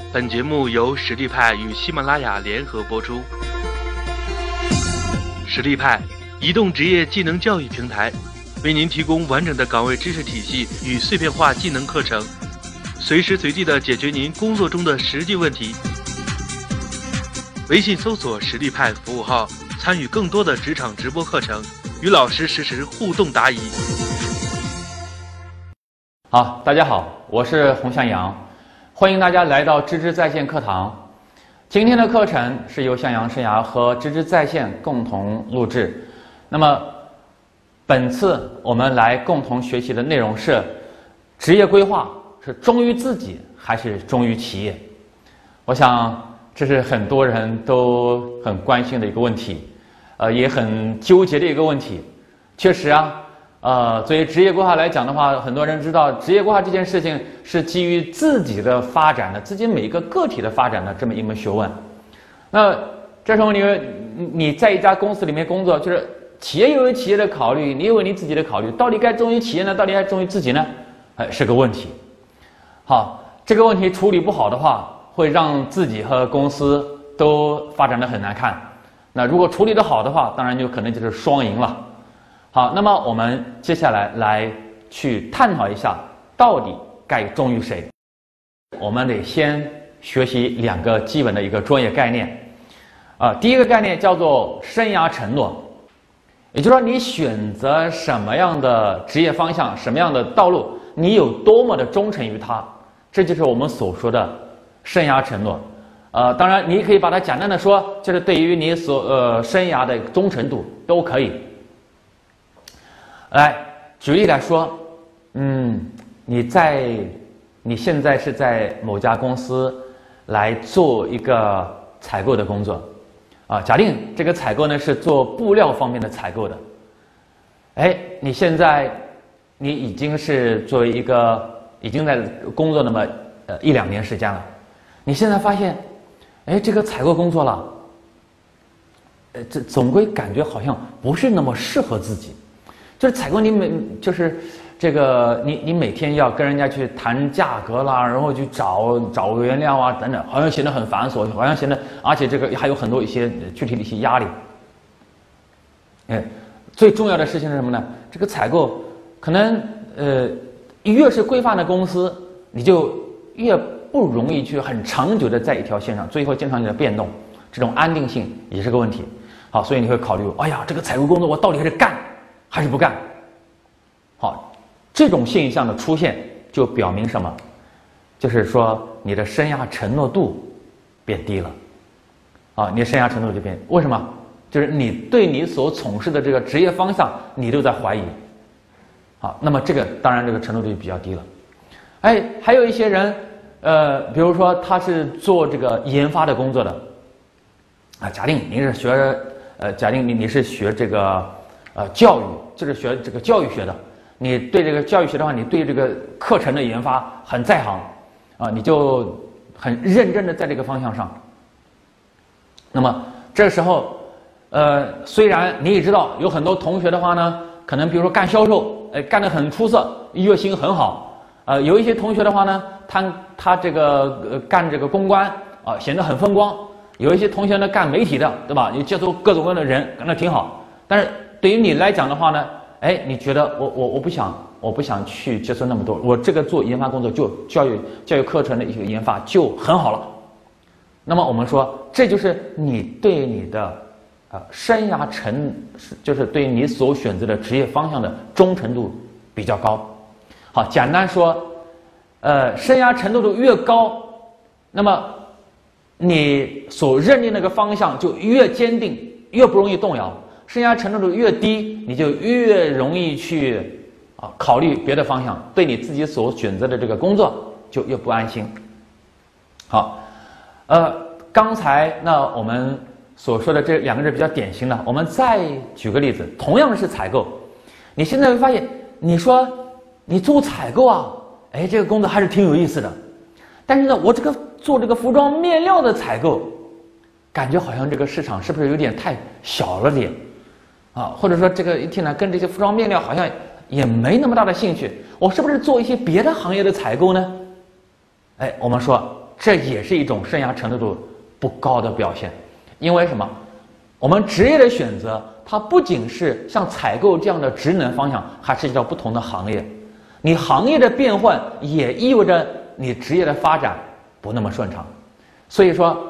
本节目由实力派与喜马拉雅联合播出。实力派，移动职业技能教育平台，为您提供完整的岗位知识体系与碎片化技能课程，随时随地的解决您工作中的实际问题。微信搜索实力派服务号，参与更多的职场直播课程，与老师实时互动答疑。 好，大家好，我是洪向阳，欢迎大家来到知之在线课堂。今天的课程是由向阳生涯和知之在线共同录制。那么本次我们来共同学习的内容是职业规划是忠于自己还是忠于企业？我想这是很多人都很关心的一个问题，也很纠结的一个问题。确实啊，作为职业规划来讲的话，很多人知道职业规划这件事情是基于自己的发展的，自己每一个个体的发展的这么一门学问。那这时候你在一家公司里面工作，就是企业有企业的考虑，你有你自己的考虑，到底该忠于企业呢，到底该忠于自己呢？是个问题。好，这个问题处理不好的话，会让自己和公司都发展得很难看。那如果处理得好的话，当然就可能就是双赢了。好，那么我们接下来去探讨一下，到底该忠于谁？我们得先学习两个基本的一个专业概念。第一个概念叫做生涯承诺，也就是说你选择什么样的职业方向，什么样的道路，你有多么的忠诚于它，这就是我们所说的生涯承诺。当然你可以把它简单的说，就是对于你生涯的忠诚度都可以。来举例来说，你现在是在某家公司来做一个采购的工作，假定这个采购呢是做布料方面的采购的。你现在已经是作为已经在工作那么1-2年时间了，你现在发现，这个采购工作了，这总归感觉好像不是那么适合自己。就是采购你每天要跟人家去谈价格啦，然后去找原料啊等等，好像显得很繁琐，好像显得，而且这个还有很多一些具体的一些压力。最重要的事情是什么呢？这个采购可能越是规范的公司，你就越不容易去很长久的在一条线上，最后经常有点变动，这种安定性也是个问题。好，所以你会考虑，这个采购工作我到底还是干还是不干？好，这种现象的出现就表明什么？就是说你的生涯承诺度变低了。你的生涯承诺就变，为什么？就是你对你所从事的这个职业方向，你都在怀疑。好，那么当然这个承诺度就比较低了。还有一些人，比如说他是做这个研发的工作的，假定您是学，假定你是学这个教育，就是学这个教育学的，你对这个教育学的话，你对这个课程的研发很在行，你就很认真的在这个方向上。那么这个时候，虽然你也知道有很多同学的话呢，可能比如说干销售，干得很出色，月薪很好，有一些同学的话呢，他这个干这个公关显得很风光，有一些同学呢干媒体的，对吧？你接触各种各样的人，干得挺好，但是对于你来讲的话呢，你觉得我不想去接触那么多，我这个做研发工作就教育课程的一个研发就很好了。那么我们说，这就是你对你的生涯就是对你所选择的职业方向的忠诚度比较高。好，简单说，生涯承诺度越高，那么你所认定那个方向就越坚定，越不容易动摇。生涯承诺度越低，你就越容易去考虑别的方向，对你自己所选择的这个工作就越不安心。好，刚才我们所说的这两个是比较典型的，我们再举个例子，同样是采购，你现在会发现，你说你做采购啊，这个工作还是挺有意思的，但是呢，我做这个服装面料的采购，感觉好像这个市场是不是有点太小了点？或者说这个一听呢，跟这些服装面料好像也没那么大的兴趣，我是不是做一些别的行业的采购呢？我们说这也是一种生涯成就度不高的表现。因为什么？我们职业的选择，它不仅是像采购这样的职能方向，还涉及到不同的行业。你行业的变换也意味着你职业的发展不那么顺畅。所以说，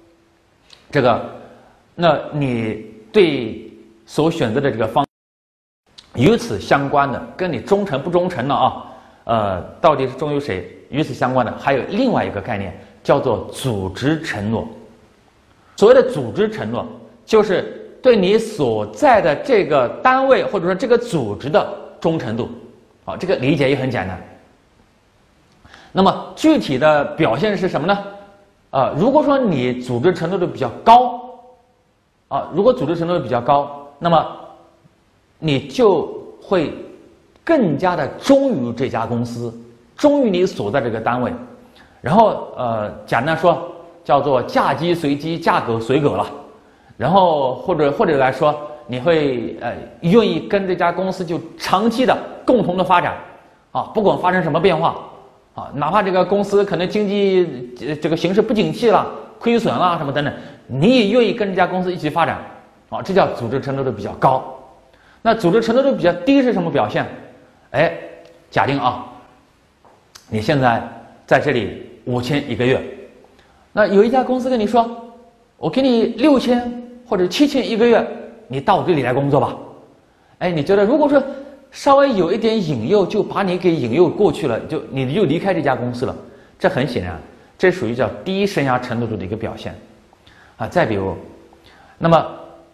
那你对所选择的这个方与此相关的，跟你忠诚不忠诚的到底是忠于谁？与此相关的还有另外一个概念，叫做组织承诺。所谓的组织承诺，就是对你所在的这个单位或者说这个组织的忠诚度。好，这个理解也很简单。那么具体的表现是什么呢？如果说你组织承诺度比较高，如果组织承诺度比较高，那么你就会更加的忠于这家公司，忠于你所在这个单位。然后简单说叫做价机随机，价格随葛了。然后或者来说，你会愿意跟这家公司就长期的共同的发展不管发生什么变化哪怕这个公司可能经济这个形势不景气了，亏损了什么等等，你也愿意跟这家公司一起发展这叫组织承诺度比较高。那组织承诺度比较低是什么表现？假定你现在在这里5000一个月，那有一家公司跟你说，我给你6000或者7000一个月，你到我这里来工作吧。你觉得如果说稍微有一点引诱，就把你给引诱过去了，你就离开这家公司了，这很显然，这属于叫低生涯承诺度的一个表现再比如，那么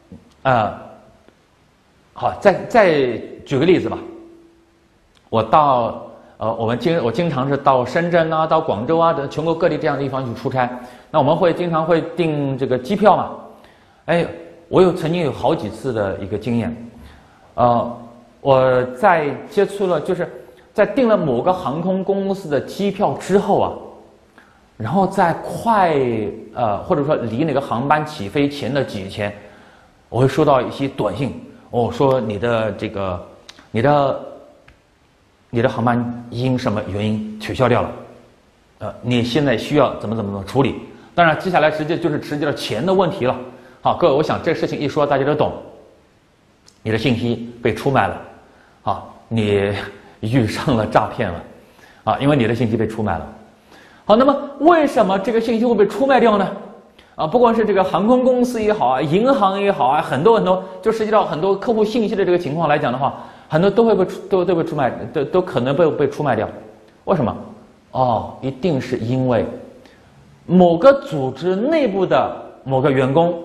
好，再举个例子吧。我经常是到深圳到广州全国各地这样的地方去出差。那我们经常会订这个机票嘛。我曾经有好几次的一个经验。我在接触了，就是在订了某个航空公司的机票之后然后在或者说离那个航班起飞前的几天，我会收到一些短信，说你的航班因什么原因取消掉了，你现在需要怎么处理？当然，接下来实际到钱的问题了。好，各位，我想这个事情一说大家都懂，你的信息被出卖了，你遇上了诈骗了，因为你的信息被出卖了。好，那么为什么这个信息会被出卖掉呢？不管是这个航空公司也好银行也好很多就涉及到很多客户信息的这个情况来讲的话，很多都会被出卖，都可能被出卖掉。为什么？一定是因为某个组织内部的某个员工，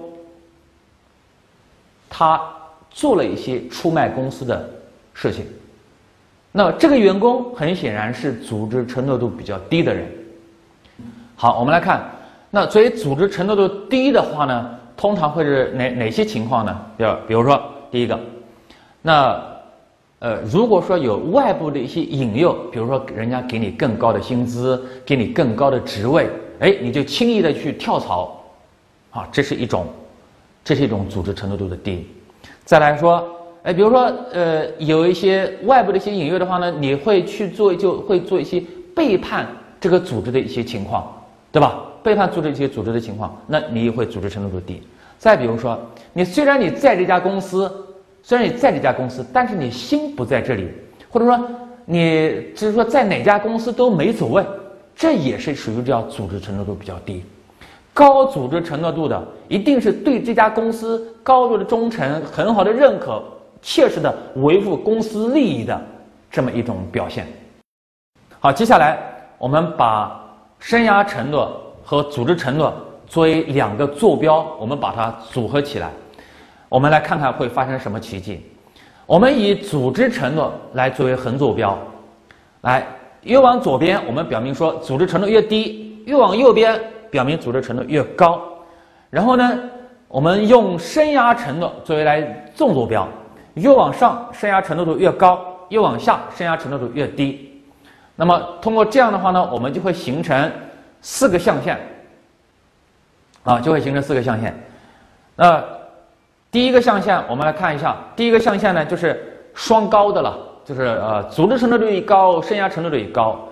他做了一些出卖公司的事情。那这个员工很显然是组织承诺度比较低的人。好，我们来看，那所以组织承诺度低的话呢，通常会是哪些情况呢？比如说第一个，那如果说有外部的一些引诱，比如说人家给你更高的薪资，给你更高的职位，你就轻易的去跳槽，这是一种组织承诺度的低。再来说，比如说有一些外部的一些引诱的话呢，你会做一些背叛这个组织的一些情况，对吧？背叛组织一些组织的情况，那你也会组织承诺度低。再比如说，虽然你在这家公司，但是你心不在这里，或者说你只是说在哪家公司都没所谓，这也是属于叫组织承诺度比较低。高组织承诺度的，一定是对这家公司高度的忠诚，很好的认可，切实的维护公司利益的这么一种表现。好，接下来我们把生涯承诺和组织承诺作为两个坐标，我们把它组合起来，我们来看看会发生什么奇迹。我们以组织承诺来作为横坐标，越往左边我们表明说组织承诺越低，越往右边表明组织承诺越高。然后呢，我们用生涯承诺作为来纵坐标，越往上生涯承诺度越高，越往下生涯承诺度越低。那么通过这样的话呢，我们就会形成4个象限那第一个象限我们来看一下，第一个象限呢就是双高的了，就是组织承诺度越高，生涯承诺度越高。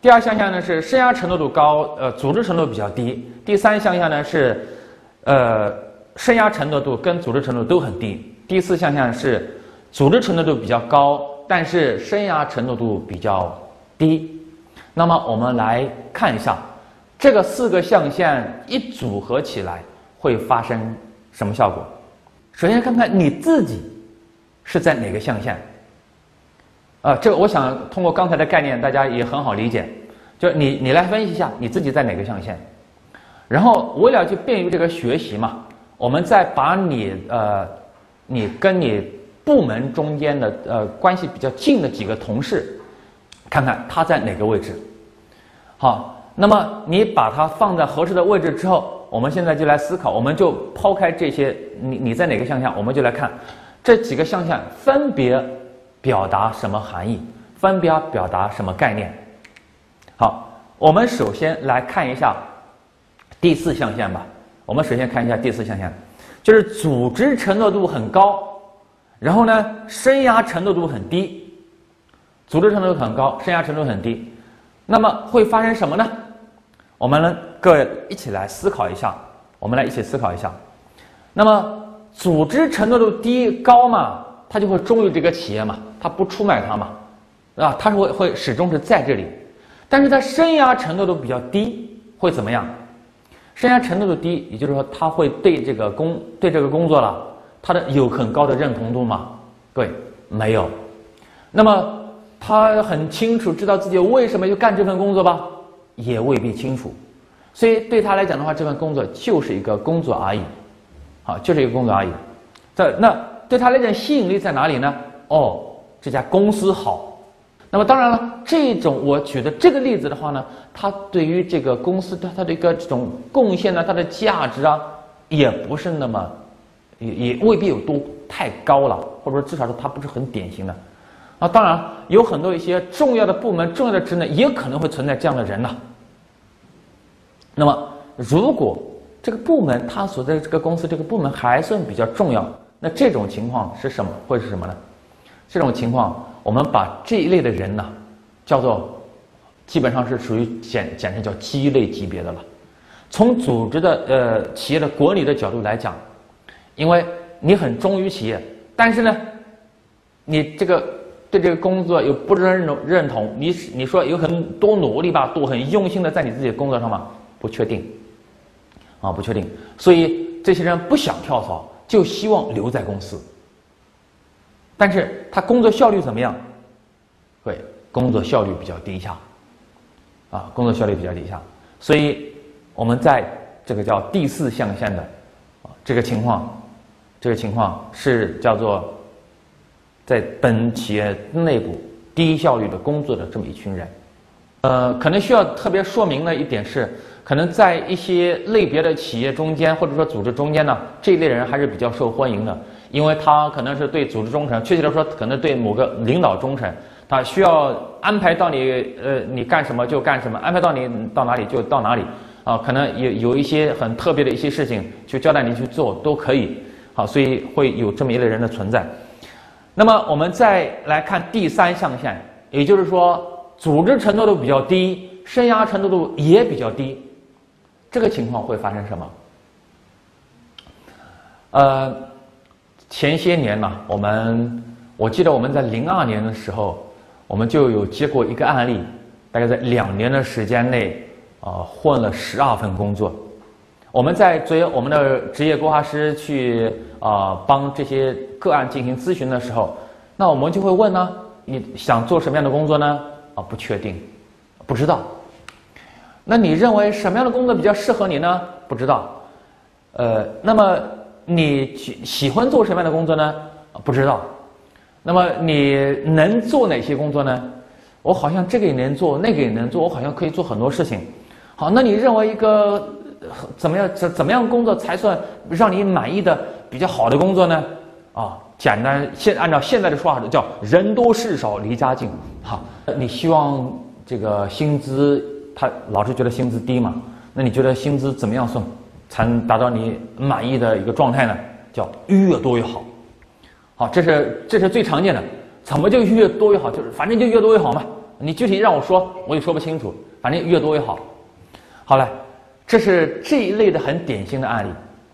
第二项项呢是生涯承诺度高，组织承诺比较低。第三项项呢是，生涯承诺度跟组织承诺度都很低。第四项项是组织承诺度比较高，但是生涯承诺度比较低。那么我们来看一下，这个4个象限一组合起来会发生什么效果？首先看看你自己是在哪个象限。这个我想通过刚才的概念，大家也很好理解。就你来分析一下你自己在哪个象限，然后为了去便于这个学习嘛，我们再把你跟你部门中间的关系比较近的几个同事，看看他在哪个位置。好，那么你把它放在合适的位置之后，我们现在就来思考，我们就抛开这些你在哪个象限，我们就来看这几个象限分别表达什么含义，分别表达什么概念。好，我们首先来看一下第4象限吧。我们首先看一下第4象限，就是组织承诺度很高，然后呢，生涯承诺度很低。组织承诺度很高，生涯承诺度很低，那么会发生什么呢？我们呢，各位一起来思考一下。我们来一起思考一下。那么组织承诺度高嘛，他就会忠于这个企业嘛，他不出卖它嘛，啊，他是会始终是在这里。但是他生涯承诺度比较低，会怎么样？生涯承诺度低，也就是说他会对这个工作了，他有很高的认同度吗？对，没有。那么他很清楚知道自己为什么要干这份工作吧？也未必清楚。所以对他来讲的话，这份工作就是一个工作而已，好，就是一个工作而已。那对他来讲吸引力在哪里呢？这家公司好。那么当然了，这种我举的这个例子的话呢，它对于这个公司它的一个这种贡献呢，它的价值啊，也不是那么，也未必有太高了，或者说至少是它不是很典型的。当然有很多一些重要的部门、重要的职能，也可能会存在这样的人呢。那么如果这个部门它所在的这个公司这个部门还算比较重要，那这种情况是什么？会是什么呢？这种情况，我们把这一类的人呢，叫做基本上是属于简称叫鸡类级别的了。从组织的企业的管理的角度来讲，因为你很忠于企业，但是呢，你对这个工作又不是认同，你说有很多努力吧，都很用心的在你自己的工作上嘛，不确定，不确定。所以这些人不想跳槽，就希望留在公司。但是他工作效率怎么样？对，工作效率比较低下，工作效率比较低下。所以我们在这个叫第4象限的这个情况是叫做在本企业内部低效率的工作的这么一群人。可能需要特别说明的一点是，可能在一些类别的企业中间或者说组织中间呢，这一类人还是比较受欢迎的。因为他可能是对组织忠诚，确切的说，可能对某个领导忠诚，他需要安排到你干什么就干什么，安排到你到哪里就到哪里，可能有一些很特别的一些事情就交代你去做都可以，好，所以会有这么一类人的存在。那么我们再来看第3象限，也就是说，组织承诺度比较低，生涯承诺度也比较低，这个情况会发生什么？前些年呢，我记得我们在02年的时候，我们就有接过一个案例，大概在2年的时间内，混了12份工作。我们在作为我们的职业规划师去帮这些个案进行咨询的时候，那我们就会问呢，你想做什么样的工作呢？不确定，不知道。那你认为什么样的工作比较适合你呢？不知道。那么你喜欢做什么样的工作呢？不知道。那么你能做哪些工作呢？我好像这个也能做，那个也能做，我好像可以做很多事情。好，那你认为一个怎么样工作才算让你满意的比较好的工作呢？简单，按照现在的说法叫人多事少离家近。好，你希望这个薪资，他老是觉得薪资低嘛？那你觉得薪资怎么样算才能达到你满意的一个状态呢？叫越多越好。好，这是最常见的。怎么就越多越好？就是反正就越多越好嘛。 你具体让我说，我也说不清楚，反正越多越好。好了，这是这一类的很典型的案例。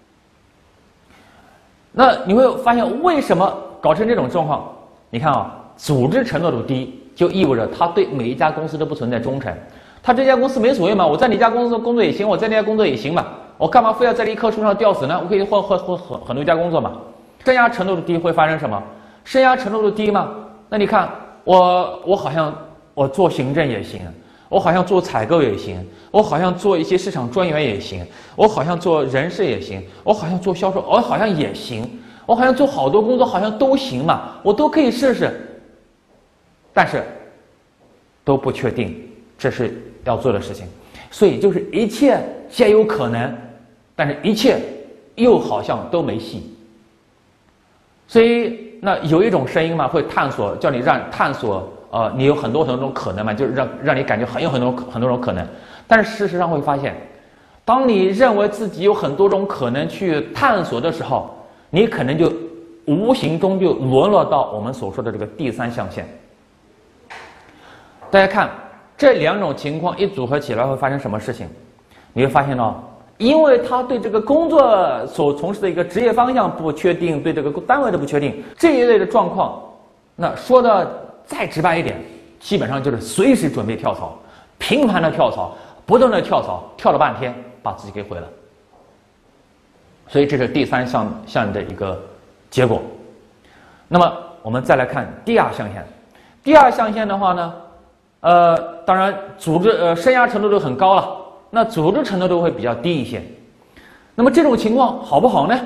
那你会发现，为什么搞成这种状况？你看啊，组织承诺度低，就意味着他对每一家公司都不存在忠诚。他这家公司没所谓嘛，我在你家公司工作也行，我在那家工作也行嘛，我干嘛非要在这一棵树上吊死呢？我可以换很多家工作嘛。生涯承诺度低会发生什么？生涯承诺度低嘛，那你看我好像我做行政也行，我好像做采购也行，我好像做一些市场专员也行，我好像做人事也行，我好像做销售，我好像也行，我好像做好多工作好像都行嘛，我都可以试试，但是都不确定这是要做的事情，所以就是一切皆有可能，但是一切又好像都没戏。所以那有一种声音嘛，会探索，叫你探索，你有很多种可能嘛，就是让你感觉很多种可能。但是事实上会发现，当你认为自己有很多种可能去探索的时候，你可能就无形中就沦落到我们所说的这个第三象限。大家看这两种情况一组合起来会发生什么事情？你会发现呢，因为他对这个工作所从事的一个职业方向不确定，对这个单位的不确定，这一类的状况，那说的再直白一点，基本上就是随时准备跳槽，频繁的跳槽，不断的跳槽，跳了半天把自己给毁了。所以这是第三项的一个结果。那么我们再来看第二象限。第二象限的话呢，当然组织生涯程度都很高了，那组织程度都会比较低一些。那么这种情况好不好呢？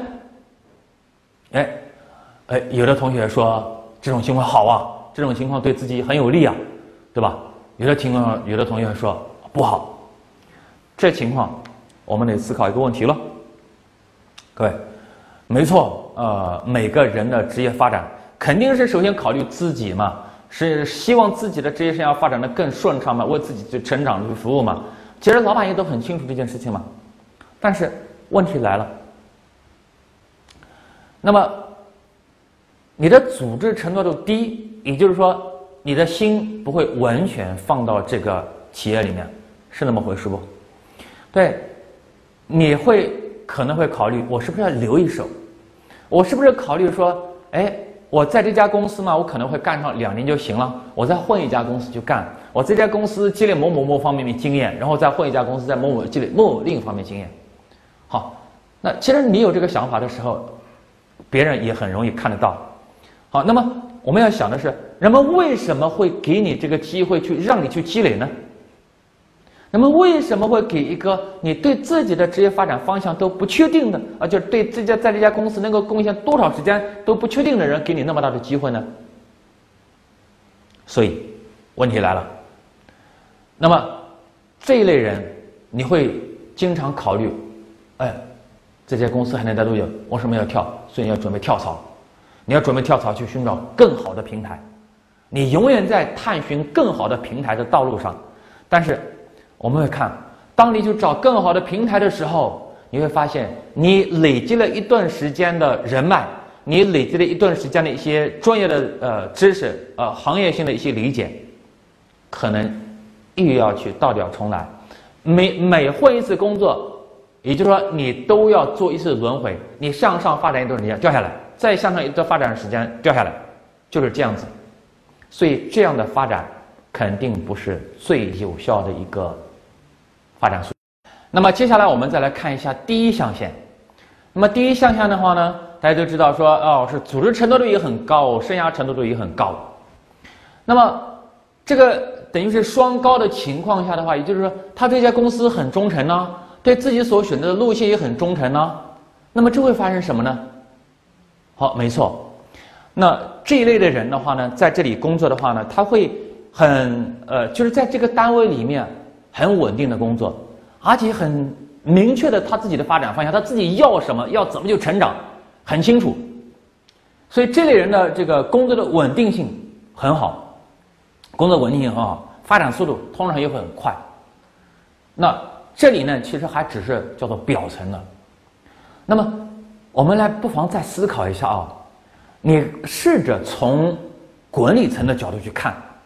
有的同学说这种情况好啊，这种情况对自己很有利啊，对吧？有的同学说不好。这情况我们得思考一个问题了，各位，没错，每个人的职业发展肯定是首先考虑自己嘛，是希望自己的职业生涯发展的更顺畅嘛，为自己的成长去服务嘛。其实老板也都很清楚这件事情嘛。但是问题来了，那么你的组织承诺度低，也就是说你的心不会完全放到这个企业里面，是那么回事不？对，你可能会考虑，我是不是要留一手？我是不是考虑说，我在这家公司嘛，我可能会干上2年就行了，我再换一家公司去干，我这家公司积累某方面的经验，然后再换一家公司，在积累另一方面经验。好，那其实你有这个想法的时候，别人也很容易看得到。好，那么我们要想的是，人们为什么会给你这个机会让你去积累呢？人们为什么会给一个你对自己的职业发展方向都不确定的，就是对在这家公司能够贡献多少时间都不确定的人给你那么大的机会呢？所以问题来了，那么这一类人你会经常考虑，这家公司还能待多久？为什么要跳？所以你要准备跳槽，你要准备跳槽去寻找更好的平台，你永远在探寻更好的平台的道路上。但是我们会看，当你去找更好的平台的时候，你会发现你累积了一段时间的人脉，你累积了一段时间的一些专业的知识，行业性的一些理解，可能又要去倒掉重来。每换一次工作，也就是说你都要做一次轮回，你向上发展一段时间掉下来，再向上一段发展时间掉下来，就是这样子。所以这样的发展肯定不是最有效的一个发展速度。那么接下来我们再来看一下第一象限。那么第一象限的话呢，大家都知道说，是组织承诺度也很高，生涯承诺度也很高。那么这个等于是双高的情况下的话，也就是说他对这家公司很忠诚呢，对自己所选择的路线也很忠诚呢。那么这会发生什么呢？好，没错。那这一类的人的话呢，在这里工作的话呢，他会就是在这个单位里面很稳定的工作，而且很明确的他自己的发展方向，他自己要什么，要怎么就成长，很清楚。所以这类人的这个工作的稳定性很好，工作稳定性很好，发展速度通常也会很快。那这里呢，其实还只是叫做表层的。那么我们来不妨再思考一下啊，你试着从管理层的角度去看。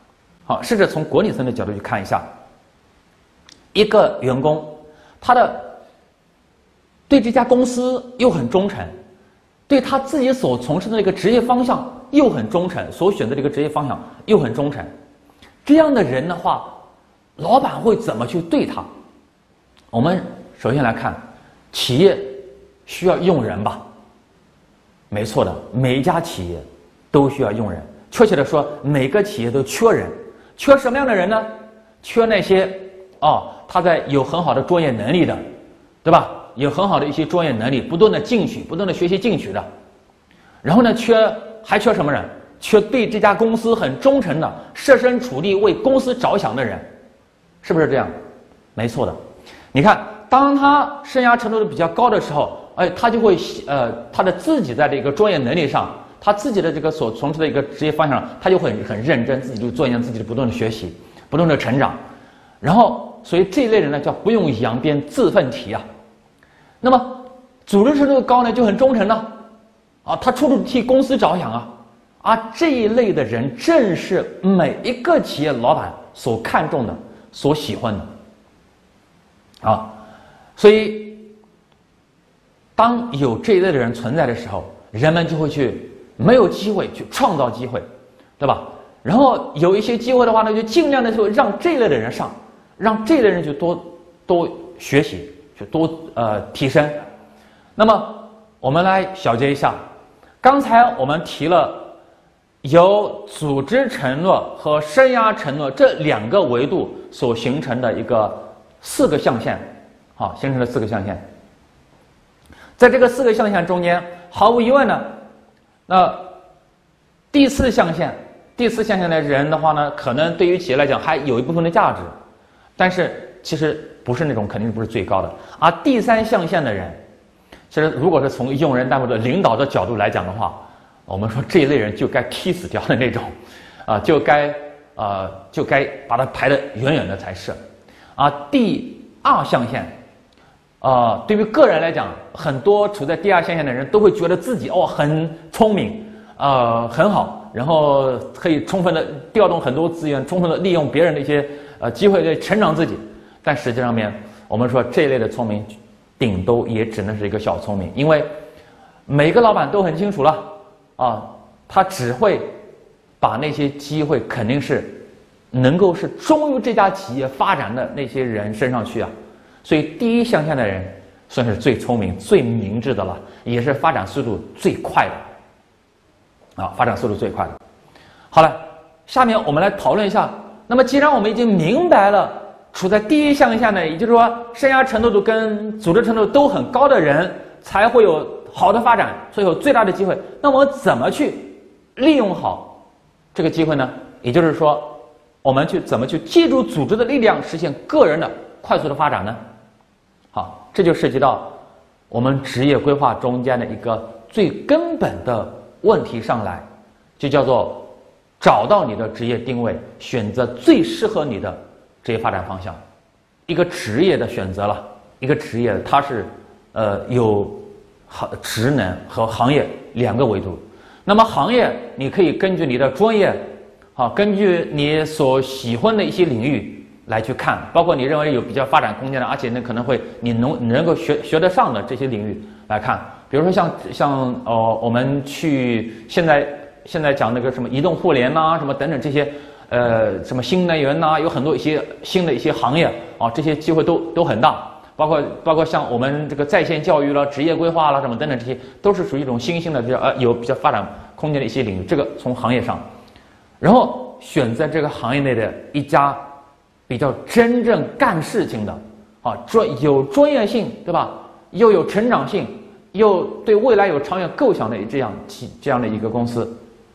好，甚至从管理层的角度去看一下，一个员工，他的对这家公司又很忠诚，对他自己所从事的一个职业方向又很忠诚，所选择的一个职业方向又很忠诚，这样的人的话，老板会怎么去对他？我们首先来看，企业需要用人吧？没错的，每一家企业都需要用人。确切的说，每个企业都缺人，缺什么样的人呢？缺那些他在有很好的专业能力的，对吧？有很好的一些专业能力，不断的进取，不断的学习进取的。然后呢，还缺什么人？缺对这家公司很忠诚的，设身处地为公司着想的人，是不是这样？没错的。你看，当他生涯程度比较高的时候，他就会他的自己在这个专业能力上，他自己的这个所从事的一个职业方向上，他就会很认真，自己就做一样自己的不断的学习，不断的成长。然后，所以这一类人呢，叫不用扬鞭自奋蹄啊。那么，组织程度高呢，就很忠诚呢，他处处替公司着想啊，这一类的人正是每一个企业老板所看重的、所喜欢的，所以当有这一类的人存在的时候，人们就会没有机会去创造机会，对吧？然后有一些机会的话呢，就尽量的就让这一类的人上，让这一类人去多学习，去多提升。那么我们来小结一下，刚才我们提了由组织承诺和生涯承诺这两个维度所形成的一个4个象限，形成了4个象限。在这个4个象限中间，毫无疑问呢，那第四象限的人的话呢，可能对于企业来讲还有一部分的价值，但是其实不是那种，肯定不是最高的。而第3象限的人，其实如果是从用人单位的领导的角度来讲的话，我们说这一类人就该踢死掉的那种，就该把他排得远远的才是。第2象限，对于个人来讲，很多处在第2象限的人都会觉得自己很聪明，很好，然后可以充分的调动很多资源，充分的利用别人的一些机会来成长自己。但实际上面，我们说这一类的聪明，顶多也只能是一个小聪明，因为每个老板都很清楚了，他只会把那些机会肯定是能够是忠于这家企业发展的那些人身上去啊。所以第1象限的人算是最聪明、最明智的了，也是发展速度最快的，发展速度最快的。好了，下面我们来讨论一下。那么，既然我们已经明白了，处在第1象限的，也就是说生涯程度跟组织程度都很高的人才会有好的发展，所以有最大的机会。那我们怎么去利用好这个机会呢？也就是说，我们怎么去借助组织的力量，实现个人的快速的发展呢？好，这就涉及到我们职业规划中间的一个最根本的问题上来，就叫做找到你的职业定位，选择最适合你的职业发展方向。一个职业的选择了，一个职业它是有职能和行业2个维度。那么行业你可以根据你的专业，根据你所喜欢的一些领域来去看，包括你认为有比较发展空间的，而且呢可能会你能够学得上的这些领域来看。比如说像我们去现在讲那个什么移动互联什么等等这些什么新能源有很多一些新的一些行业这些机会都很大。包括像我们这个在线教育了、职业规划了什么等等，这些都是属于一种新兴的有比较发展空间的一些领域。这个从行业上，然后选择这个行业内的一家比较真正干事情的有专业性，对吧？又有成长性，又对未来有长远构想的这样的一个公司，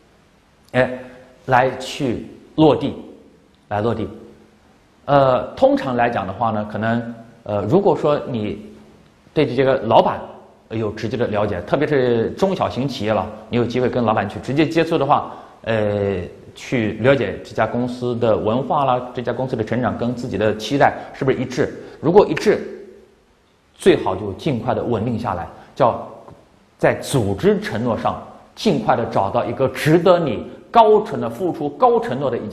来去落地。通常来讲的话呢，可能如果说你对这个老板有直接的了解，特别是中小型企业了，你有机会跟老板去直接接触的话，去了解这家公司的文化啦，这家公司的成长跟自己的期待是不是一致？如果一致，最好就尽快的稳定下来，叫在组织承诺上尽快的找到一个值得你付出高承诺的一家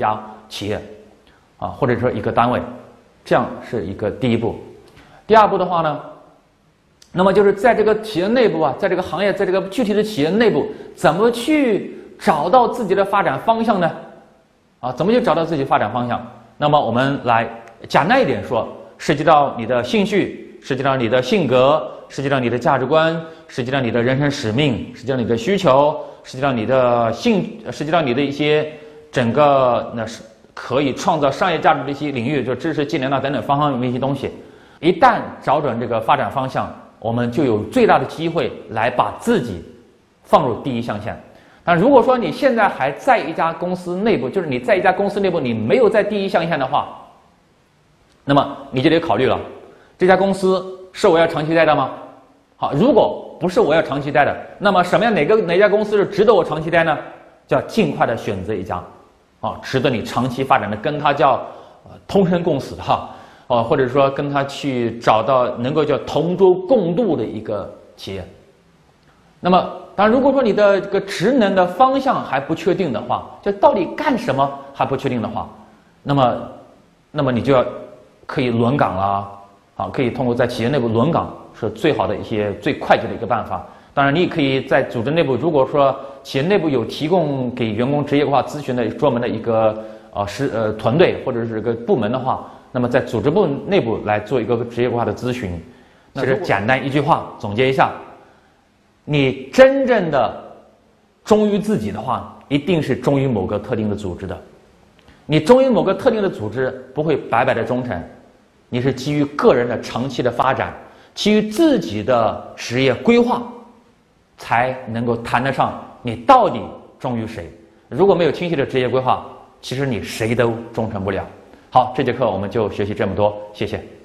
企业，或者说一个单位，这样是一个第一步。第二步的话呢，那么就是在这个企业内部在这个行业，在这个具体的企业内部，怎么去找到自己的发展方向呢？怎么去找到自己发展方向？那么我们来简单一点说，涉及到你的兴趣，涉及到你的性格，涉及到你的价值观，涉及到你的人生使命，涉及到你的需求，涉及到你的涉及到你的一些整个是可以创造商业价值的一些领域，就知识、技能等等方面的一些东西。一旦找准这个发展方向，我们就有最大的机会来把自己放入第一象限。但如果说你现在还在一家公司内部，就是你在一家公司内部你没有在第一象限的话，那么你就得考虑了，这家公司是我要长期待的吗？好，如果不是我要长期待的，那么什么样哪家公司是值得我长期待呢？就要尽快的选择一家值得你长期发展的，跟他叫同生共死的或者说跟他去找到能够叫同舟共渡的一个企业。那么当然如果说你的这个职能的方向还不确定的话，就到底干什么还不确定的话，那么你就要可以轮岗啦，可以通过在企业内部轮岗是最好的一些最快捷的一个办法。当然你也可以在组织内部，如果说企业内部有提供给员工职业规划咨询的专门的一个团队或者是个部门的话，那么在组织部内部来做一个职业规划的咨询。其实简单一句话总结一下，你真正的忠于自己的话，一定是忠于某个特定的组织的。你忠于某个特定的组织，不会白白的忠诚，你是基于个人的长期的发展，基于自己的职业规划，才能够谈得上你到底忠于谁。如果没有清晰的职业规划，其实你谁都忠诚不了。好，这节课我们就学习这么多，谢谢。